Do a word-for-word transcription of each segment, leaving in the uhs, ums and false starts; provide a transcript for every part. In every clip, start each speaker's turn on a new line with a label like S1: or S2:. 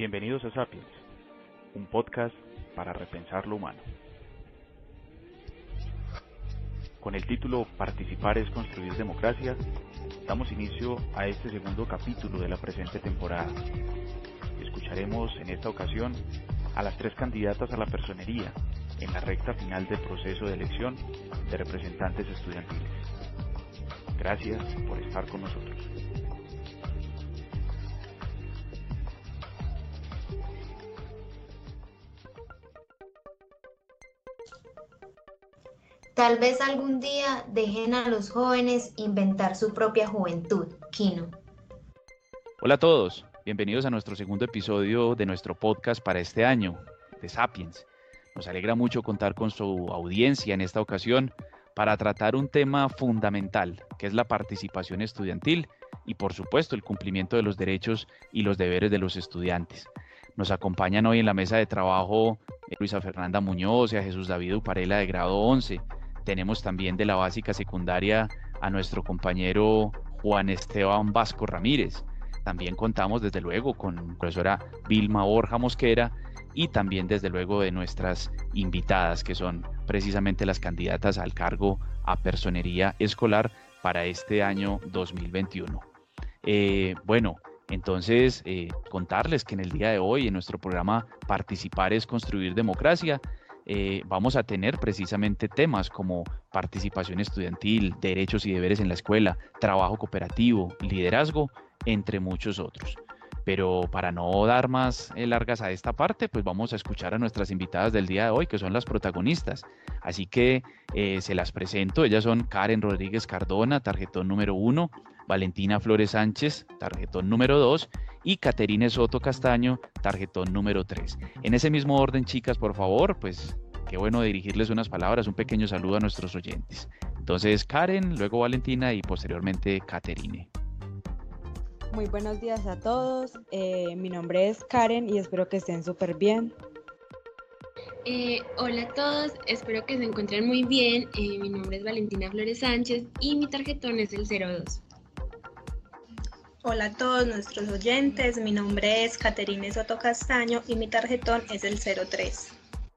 S1: Bienvenidos a Sapiens, un podcast para repensar lo humano. Con el título Participar es construir democracia, damos inicio a este segundo capítulo de la presente temporada. Escucharemos en esta ocasión a las tres candidatas a la personería en la recta final del proceso de elección de representantes estudiantiles. Gracias por estar con nosotros.
S2: Tal vez algún día dejen a los jóvenes inventar su propia juventud. Kino.
S3: Hola a todos, bienvenidos a nuestro segundo episodio de nuestro podcast para este año, de Sapiens. Nos alegra mucho contar con su audiencia en esta ocasión para tratar un tema fundamental, que es la participación estudiantil y, por supuesto, el cumplimiento de los derechos y los deberes de los estudiantes. Nos acompañan hoy en la mesa de trabajo Luisa Fernanda Muñoz y a Jesús David Uparela de grado once. Tenemos también de la básica secundaria a nuestro compañero Juan Esteban Vasco Ramírez. También contamos desde luego con la profesora Vilma Borja Mosquera y también desde luego de nuestras invitadas, que son precisamente las candidatas al cargo a personería escolar para este año dos mil veintiuno. Eh, bueno, entonces eh, contarles que en el día de hoy en nuestro programa Participar es construir democracia, Eh, vamos a tener precisamente temas como participación estudiantil, derechos y deberes en la escuela, trabajo cooperativo, liderazgo, entre muchos otros. Pero para no dar más eh, largas a esta parte, pues vamos a escuchar a nuestras invitadas del día de hoy, que son las protagonistas. Así que eh, se las presento. Ellas son Karen Rodríguez Cardona, tarjetón número uno, Valentina Flores Sánchez, tarjetón número dos, y Caterine Soto Castaño, tarjetón número tres. En ese mismo orden, chicas, por favor, pues qué bueno dirigirles unas palabras, un pequeño saludo a nuestros oyentes. Entonces, Karen, luego Valentina y posteriormente Caterine.
S4: Muy buenos días a todos, eh, mi nombre es Karen y espero que estén súper bien.
S5: Eh, hola a todos, espero que se encuentren muy bien. Eh, mi nombre es Valentina Flores Sánchez y mi tarjetón es el cero dos.
S6: Hola a todos nuestros oyentes, mi nombre es Caterine Soto Castaño y mi tarjetón es el cero tres.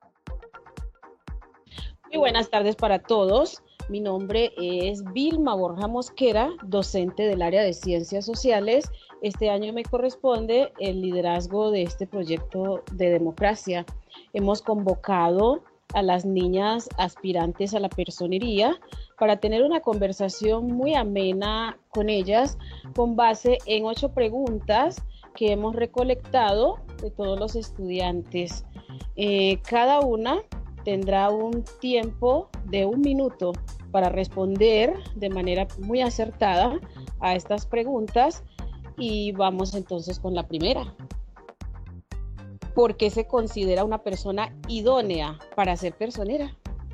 S7: Muy buenas tardes para todos, mi nombre es Vilma Borja Mosquera, docente del área de Ciencias Sociales. Este año me corresponde el liderazgo de este proyecto de democracia. Hemos convocado a las niñas aspirantes a la personería para tener una conversación muy amena con ellas con base en ocho preguntas que hemos recolectado de todos los estudiantes. Eh, cada una tendrá un tiempo de un minuto para responder de manera muy acertada a estas preguntas y vamos entonces con la primera. ¿Por qué se considera una persona idónea para ser personera?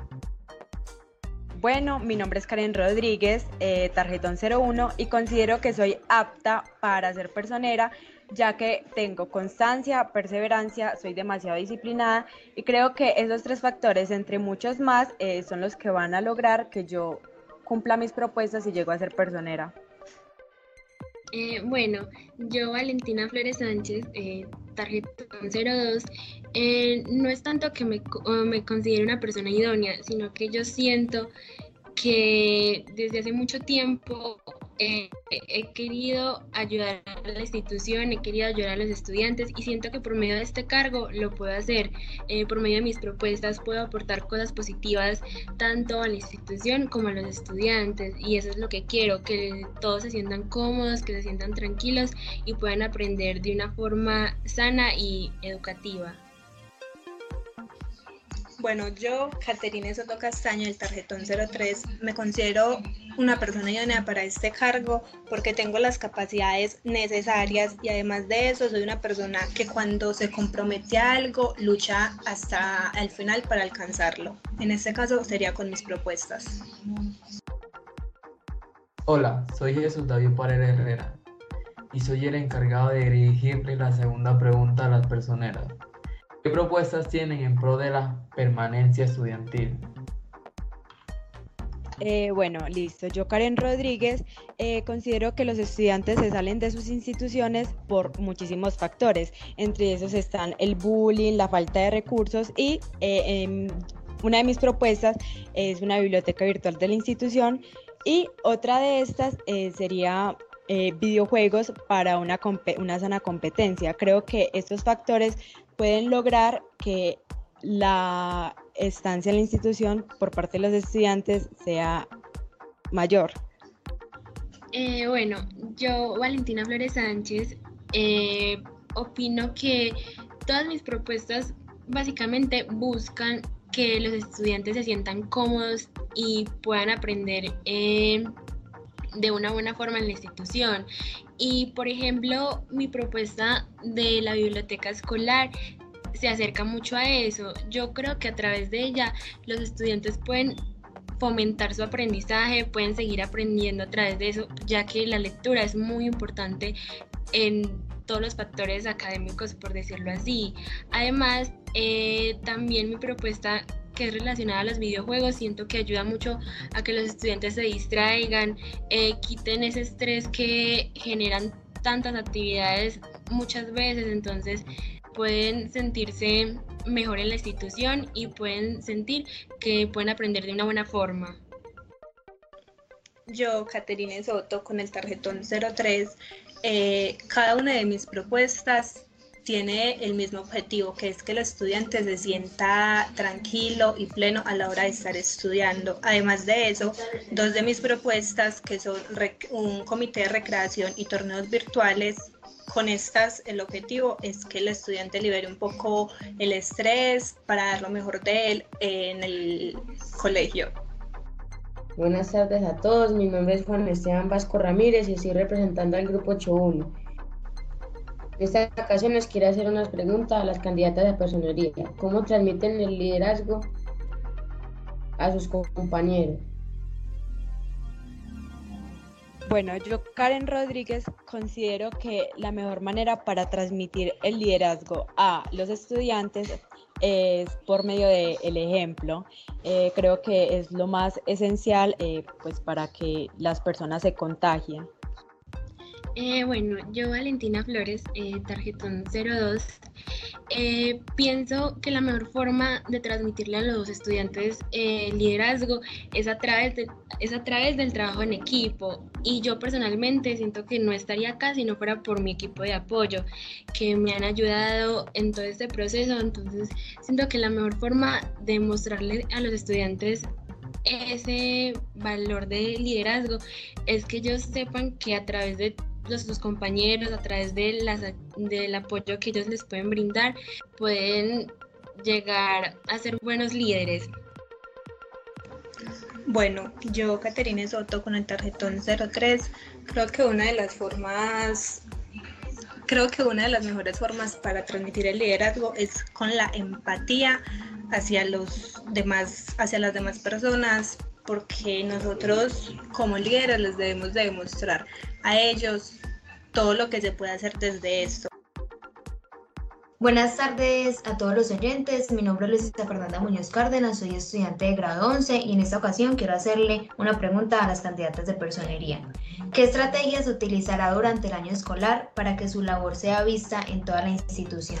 S4: Bueno, mi nombre es Karen Rodríguez, eh, tarjetón cero uno, y considero que soy apta para ser personera, ya que tengo constancia, perseverancia, soy demasiado disciplinada y creo que esos tres factores, entre muchos más, eh, son los que van a lograr que yo cumpla mis propuestas y llego a ser personera.
S5: Eh, bueno, yo Valentina Flores Sánchez, eh, tarjetón cero dos, eh, no es tanto que me, me considere una persona idónea, sino que yo siento que desde hace mucho tiempo eh, he querido ayudar a la institución, he querido ayudar a los estudiantes y siento que por medio de este cargo lo puedo hacer. Eh, por medio de mis propuestas puedo aportar cosas positivas tanto a la institución como a los estudiantes y eso es lo que quiero, que todos se sientan cómodos, que se sientan tranquilos y puedan aprender de una forma sana y educativa.
S6: Bueno, yo, Caterine Soto Castaño, del tarjetón cero tres, me considero una persona idónea para este cargo porque tengo las capacidades necesarias y además de eso soy una persona que cuando se compromete a algo lucha hasta el final para alcanzarlo. En este caso sería con mis propuestas.
S8: Hola, soy Jesús David Uparela Herrera y soy el encargado de dirigirle la segunda pregunta a las personeras. ¿Qué propuestas tienen en pro de la permanencia estudiantil?
S4: Eh, bueno, listo. Yo, Karen Rodríguez, eh, considero que los estudiantes se salen de sus instituciones por muchísimos factores. Entre esos están el bullying, la falta de recursos y eh, em, una de mis propuestas es una biblioteca virtual de la institución y otra de estas eh, sería eh, videojuegos para una, una sana competencia. Creo que estos factores pueden lograr que la estancia en la institución por parte de los estudiantes sea mayor.
S5: Eh, bueno, yo, Valentina Flores Sánchez, eh, opino que todas mis propuestas básicamente buscan que los estudiantes se sientan cómodos y puedan aprender eh, de una buena forma en la institución. Y, por ejemplo, mi propuesta de la biblioteca escolar se acerca mucho a eso. Yo creo que a través de ella los estudiantes pueden fomentar su aprendizaje, pueden seguir aprendiendo a través de eso, ya que la lectura es muy importante en todos los factores académicos, por decirlo así. Además, eh, también mi propuesta que es relacionada a los videojuegos, siento que ayuda mucho a que los estudiantes se distraigan, eh, quiten ese estrés que generan tantas actividades muchas veces, entonces pueden sentirse mejor en la institución y pueden sentir que pueden aprender de una buena forma.
S6: Yo, Caterine Soto, con el tarjetón cero tres, eh, cada una de mis propuestas tiene el mismo objetivo, que es que el estudiante se sienta tranquilo y pleno a la hora de estar estudiando. Además de eso, dos de mis propuestas, que son un comité de recreación y torneos virtuales, con estas el objetivo es que el estudiante libere un poco el estrés para dar lo mejor de él en el colegio.
S9: Buenas tardes a todos, mi nombre es Juan Esteban Vasco Ramírez y estoy representando al grupo ocho uno. En esta ocasión les quiero hacer unas preguntas a las candidatas de personería. ¿Cómo transmiten el liderazgo a sus compañeros?
S4: Bueno, yo, Karen Rodríguez, considero que la mejor manera para transmitir el liderazgo a los estudiantes es por medio del ejemplo. Eh, creo que es lo más esencial eh, pues para que las personas se contagien.
S5: Eh, bueno, yo, Valentina Flores, eh, tarjetón cero dos, eh, pienso que la mejor forma de transmitirle a los estudiantes eh, liderazgo es a, través de, es a través del trabajo en equipo. Y yo personalmente siento que no estaría acá si no fuera por mi equipo de apoyo, que me han ayudado en todo este proceso. Entonces siento que la mejor forma de mostrarle a los estudiantes ese valor de liderazgo es que ellos sepan que a través de los, sus compañeros, a través de las, del apoyo que ellos les pueden brindar, pueden llegar a ser buenos líderes.
S6: Bueno, yo, Caterine Soto, con el tarjetón cero tres, creo que una de las formas, creo que una de las mejores formas para transmitir el liderazgo es con la empatía hacia los demás, hacia las demás personas, porque nosotros como líderes les debemos de demostrar a ellos todo lo que se puede hacer desde esto.
S2: Buenas tardes a todos los oyentes, mi nombre es Luisa Fernanda Muñoz Cárdenas, soy estudiante de grado once y en esta ocasión quiero hacerle una pregunta a las candidatas de personería. ¿Qué estrategias utilizará durante el año escolar para que su labor sea vista en toda la institución?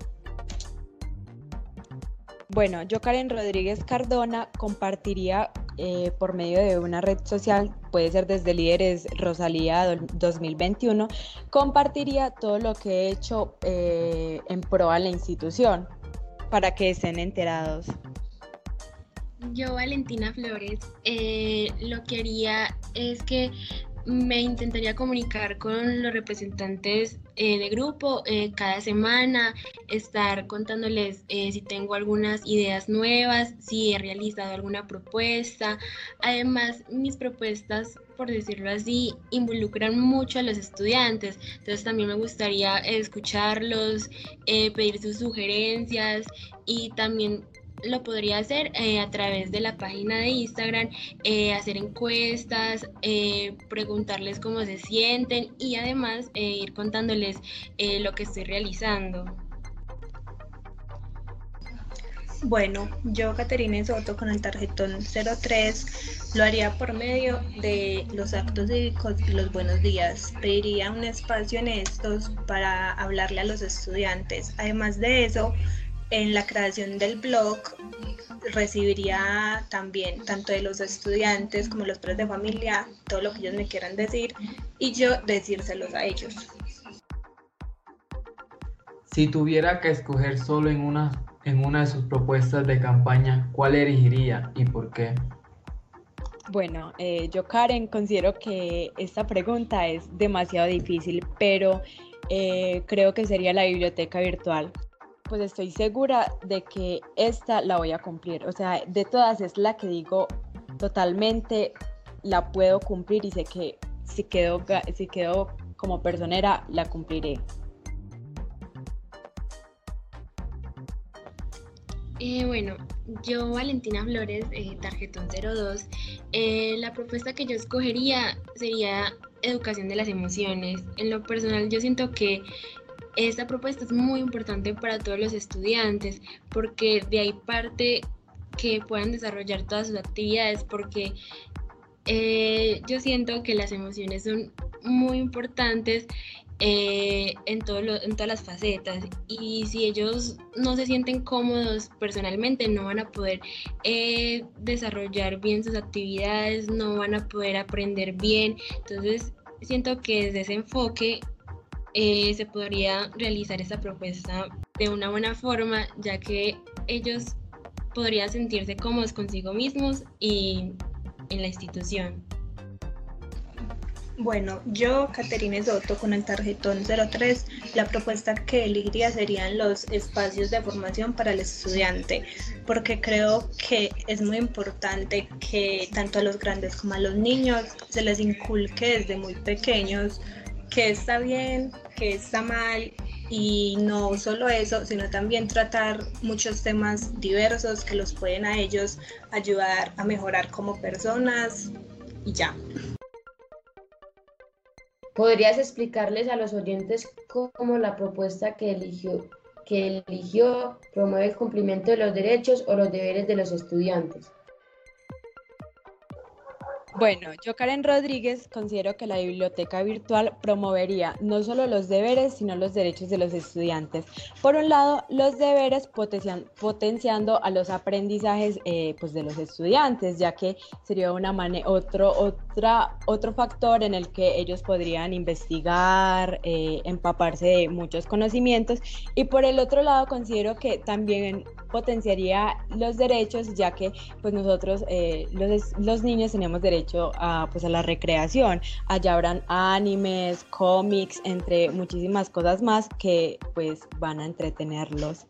S4: Bueno, yo, Karen Rodríguez Cardona, compartiría eh, por medio de una red social, puede ser desde Líderes Rosalía dos mil veintiuno, compartiría todo lo que he hecho eh, en pro a la institución para que estén enterados.
S5: Yo, Valentina Flores, eh, lo que haría es que me intentaría comunicar con los representantes eh, de grupo eh, cada semana, estar contándoles eh, si tengo algunas ideas nuevas, si he realizado alguna propuesta. Además, mis propuestas, por decirlo así, involucran mucho a los estudiantes, entonces también me gustaría escucharlos, eh, pedir sus sugerencias y también lo podría hacer eh, a través de la página de Instagram, eh, hacer encuestas, eh, preguntarles cómo se sienten y además eh, ir contándoles eh, lo que estoy realizando.
S6: Bueno, yo, Caterine Soto, con el tarjetón cero tres, lo haría por medio de los actos cívicos y los buenos días. Pediría un espacio en estos para hablarle a los estudiantes. Además de eso, en la creación del blog recibiría también tanto de los estudiantes como los padres de familia todo lo que ellos me quieran decir y yo decírselos a ellos.
S8: Si tuviera que escoger solo en una, en una de sus propuestas de campaña, ¿cuál elegiría y por qué?
S4: Bueno, eh, yo, Karen, considero que esta pregunta es demasiado difícil, pero eh, creo que sería la biblioteca virtual. Pues estoy segura de que esta la voy a cumplir. O sea, de todas es la que digo totalmente la puedo cumplir y sé que si quedo, si quedo como personera la cumpliré.
S5: Eh, bueno, yo, Valentina Flores, eh, tarjetón cero dos, eh, la propuesta que yo escogería sería educación de las emociones. En lo personal, yo siento que esta propuesta es muy importante para todos los estudiantes porque de ahí parte que puedan desarrollar todas sus actividades, porque eh, yo siento que las emociones son muy importantes eh, en, todo lo, en todas las facetas, y si ellos no se sienten cómodos personalmente no van a poder eh, desarrollar bien sus actividades, no van a poder aprender bien. Entonces siento que desde ese enfoque eh, se podría realizar esta propuesta de una buena forma, ya que ellos podrían sentirse cómodos consigo mismos y en la institución.
S6: Bueno, yo, Caterine Soto, con el tarjetón cero tres, la propuesta que elegiría serían los espacios de formación para el estudiante, porque creo que es muy importante que tanto a los grandes como a los niños se les inculque desde muy pequeños qué está bien, qué está mal, y no solo eso, sino también tratar muchos temas diversos que los pueden a ellos ayudar a mejorar como personas y ya.
S9: ¿Podrías explicarles a los oyentes cómo la propuesta que eligió, que eligió promueve el cumplimiento de los derechos o los deberes de los estudiantes?
S4: Bueno, yo, Karen Rodríguez, considero que la biblioteca virtual promovería no solo los deberes, sino los derechos de los estudiantes. Por un lado, los deberes potencian, potenciando a los aprendizajes eh, pues de los estudiantes, ya que sería una mane- otro, otra, otro factor en el que ellos podrían investigar, eh, empaparse de muchos conocimientos. Y por el otro lado, considero que también potenciaría los derechos, ya que pues nosotros, eh, los, los niños tenemos derecho a, pues, a la recreación. Allá habrán animes, cómics, entre muchísimas cosas más que pues van a entretenerlos.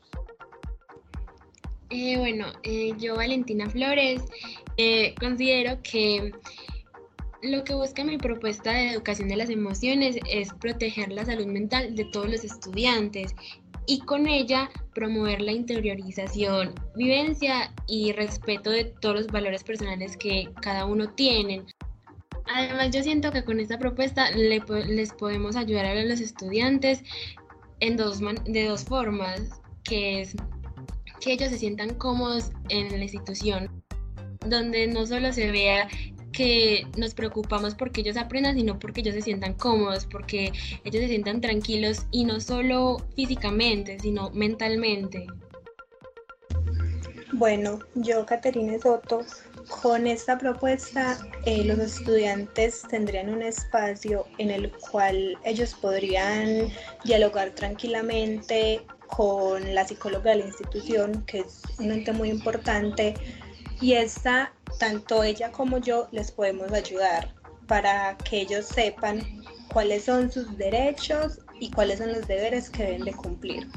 S5: Eh, bueno, eh, yo, Valentina Flores, eh, considero que lo que busca mi propuesta de educación de las emociones es proteger la salud mental de todos los estudiantes y con ella promover la interiorización, vivencia y respeto de todos los valores personales que cada uno tiene. Además, yo siento que con esta propuesta le, les podemos ayudar a los estudiantes en dos man- de dos formas, que es que ellos se sientan cómodos en la institución, donde no solo se vea que nos preocupamos porque ellos aprendan, sino porque ellos se sientan cómodos, porque ellos se sientan tranquilos, y no solo físicamente, sino mentalmente.
S6: Bueno, yo, Caterine Soto, con esta propuesta eh, los estudiantes tendrían un espacio en el cual ellos podrían dialogar tranquilamente con la psicóloga de la institución, que es un ente muy importante, y esta, tanto ella como yo, les podemos ayudar para que ellos sepan cuáles son sus derechos y cuáles son los deberes que deben de cumplir.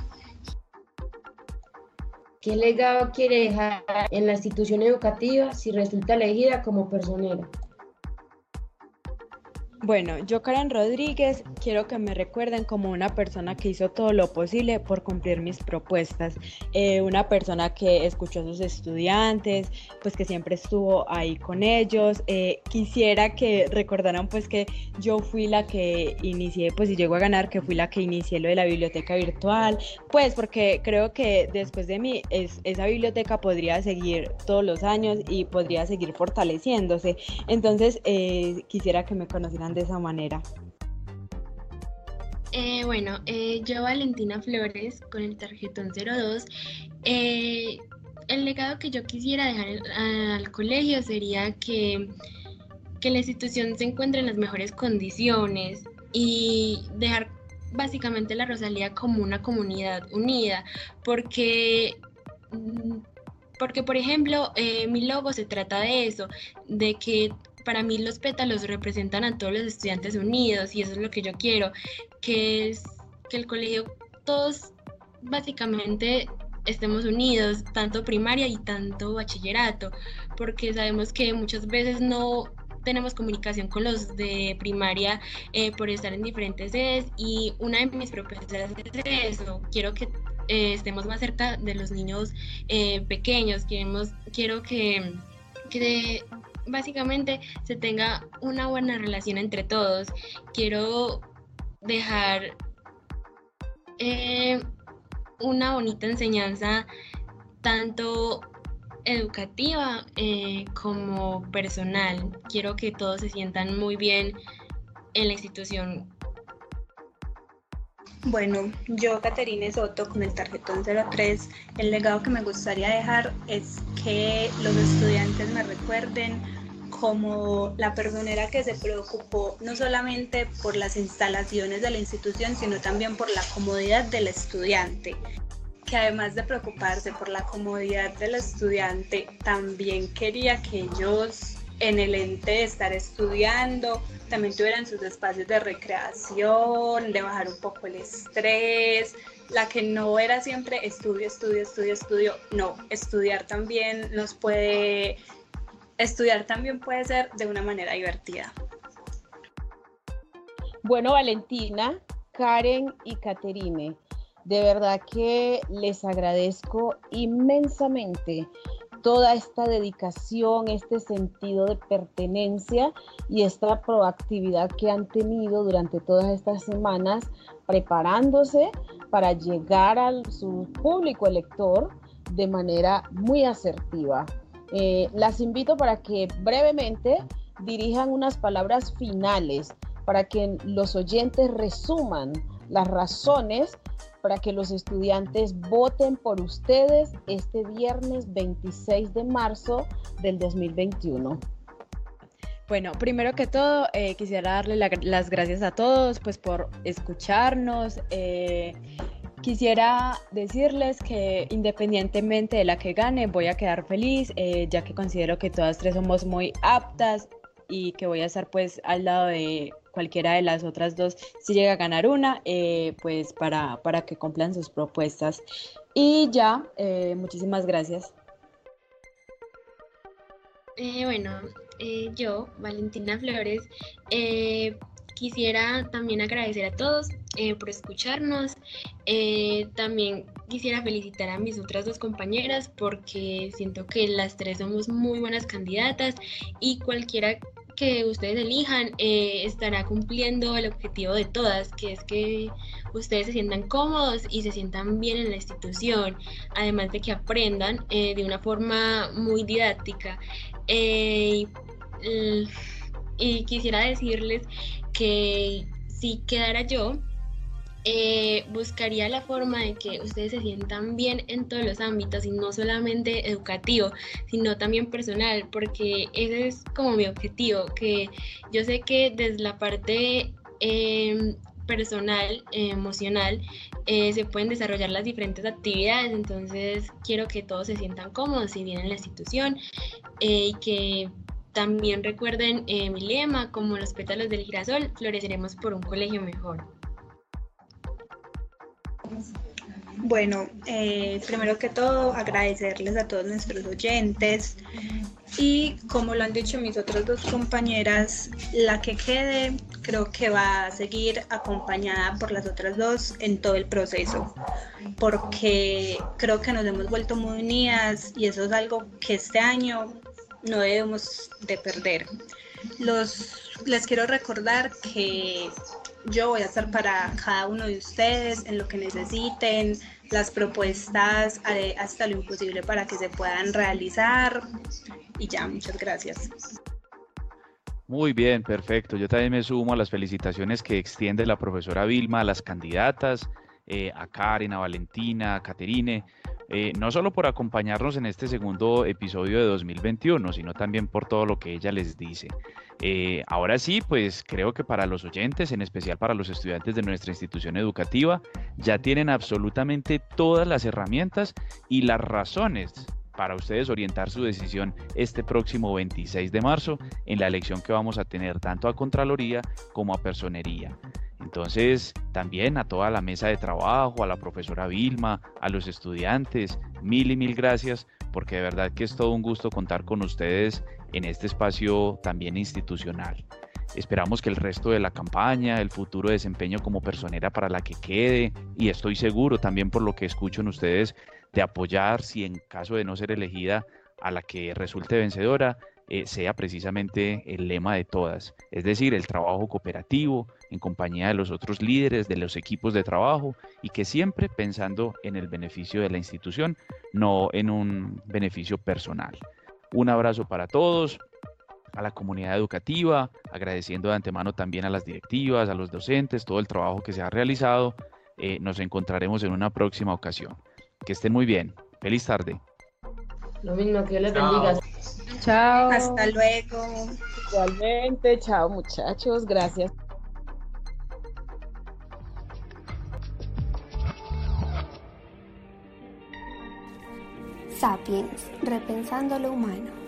S9: ¿Qué legado quiere dejar en la institución educativa si resulta elegida como personera?
S4: Bueno, yo, Karen Rodríguez, quiero que me recuerden como una persona que hizo todo lo posible por cumplir mis propuestas, eh, una persona que escuchó a sus estudiantes, pues que siempre estuvo ahí con ellos. Eh, quisiera que recordaran pues que yo fui la que inicié, pues y llego a ganar, que fui la que inicié lo de la biblioteca virtual, pues porque creo que después de mí es, esa biblioteca podría seguir todos los años y podría seguir fortaleciéndose. Entonces, eh, quisiera que me conocieran de esa manera.
S5: Eh, bueno, eh, yo, Valentina Flores, con el tarjetón cero dos, eh, el legado que yo quisiera dejar al colegio sería que, que la institución se encuentre en las mejores condiciones y dejar básicamente la Rosalía como una comunidad unida, porque... Porque, por ejemplo, eh, mi logo se trata de eso, de que para mí los pétalos representan a todos los estudiantes unidos y eso es lo que yo quiero, que es que el colegio todos básicamente estemos unidos, tanto primaria y tanto bachillerato, porque sabemos que muchas veces no tenemos comunicación con los de primaria eh, por estar en diferentes sedes y una de mis propuestas es eso, quiero que eh, estemos más cerca de los niños eh, pequeños, queremos, quiero que, que básicamente se tenga una buena relación entre todos, quiero dejar eh, una bonita enseñanza tanto educativa eh, como personal. Quiero que todos se sientan muy bien en la institución.
S6: Bueno, yo, Caterine Soto, con el tarjetón cero tres, el legado que me gustaría dejar es que los estudiantes me recuerden como la personera que se preocupó no solamente por las instalaciones de la institución, sino también por la comodidad del estudiante, que además de preocuparse por la comodidad del estudiante, también quería que ellos en el ente de estar estudiando también tuvieran sus espacios de recreación, de bajar un poco el estrés, la que no era siempre estudio, estudio, estudio, estudio, no, estudiar también nos puede, estudiar también puede ser de una manera divertida.
S7: Bueno, Valentina, Karen y Caterine, de verdad que les agradezco inmensamente toda esta dedicación, este sentido de pertenencia y esta proactividad que han tenido durante todas estas semanas preparándose para llegar a su público elector de manera muy asertiva. Eh, las invito para que brevemente dirijan unas palabras finales para que los oyentes resuman las razones para que los estudiantes voten por ustedes este viernes veintiséis de marzo del dos mil veintiuno.
S4: Bueno, primero que todo, eh, quisiera darle la, las gracias a todos pues, por escucharnos. Eh, quisiera decirles que independientemente de la que gane, voy a quedar feliz, eh, ya que considero que todas tres somos muy aptas y que voy a estar pues al lado de cualquiera de las otras dos si llega a ganar una, eh, pues para, para que cumplan sus propuestas. Y ya, eh, muchísimas gracias.
S5: Eh, bueno, eh, yo, Valentina Flores, eh, quisiera también agradecer a todos eh, por escucharnos. Eh, también quisiera felicitar a mis otras dos compañeras porque siento que las tres somos muy buenas candidatas y cualquiera que ustedes elijan eh, estará cumpliendo el objetivo de todas, que es que ustedes se sientan cómodos y se sientan bien en la institución, además de que aprendan eh, de una forma muy didáctica. Eh, y, y quisiera decirles que si quedara yo, Eh, buscaría la forma de que ustedes se sientan bien en todos los ámbitos y no solamente educativo, sino también personal, porque ese es como mi objetivo, que yo sé que desde la parte eh, personal, eh, emocional, eh, se pueden desarrollar las diferentes actividades, entonces quiero que todos se sientan cómodos y bien en la institución eh, y que también recuerden eh, mi lema, como los pétalos del girasol, floreceremos por un colegio mejor.
S6: Bueno, eh, primero que todo agradecerles a todos nuestros oyentes y como lo han dicho mis otras dos compañeras, la que quede creo que va a seguir acompañada por las otras dos en todo el proceso, porque creo que nos hemos vuelto muy unidas y eso es algo que este año no debemos de perder. Los, les quiero recordar que yo voy a estar para cada uno de ustedes en lo que necesiten, las propuestas, haré hasta lo imposible para que se puedan realizar y ya, muchas gracias.
S3: Muy bien, perfecto. Yo también me sumo a las felicitaciones que extiende la profesora Vilma a las candidatas, eh, a Karen, a Valentina, a Caterine, eh, no solo por acompañarnos en este segundo episodio de dos mil veintiuno, sino también por todo lo que ella les dice. Eh, ahora sí, pues creo que para los oyentes, en especial para los estudiantes de nuestra institución educativa, ya tienen absolutamente todas las herramientas y las razones para ustedes orientar su decisión este próximo veintiséis de marzo en la elección que vamos a tener tanto a Contraloría como a Personería. Entonces, también a toda la mesa de trabajo, a la profesora Vilma, a los estudiantes, mil y mil gracias, porque de verdad que es todo un gusto contar con ustedes en este espacio también institucional. Esperamos que el resto de la campaña, el futuro desempeño como personera para la que quede, y estoy seguro también por lo que escucho en ustedes, de apoyar, si en caso de no ser elegida, a la que resulte vencedora, eh, sea precisamente el lema de todas, es decir, el trabajo cooperativo en compañía de los otros líderes, de los equipos de trabajo, y que siempre pensando en el beneficio de la institución, no en un beneficio personal. Un abrazo para todos, a la comunidad educativa, agradeciendo de antemano también a las directivas, a los docentes, todo el trabajo que se ha realizado. Eh, nos encontraremos en una próxima ocasión. Que estén muy bien. Feliz tarde.
S9: Lo mismo, que Dios les bendiga.
S7: Chao.
S6: Hasta luego.
S7: Igualmente, chao muchachos, gracias.
S10: Sapiens, repensando lo humano.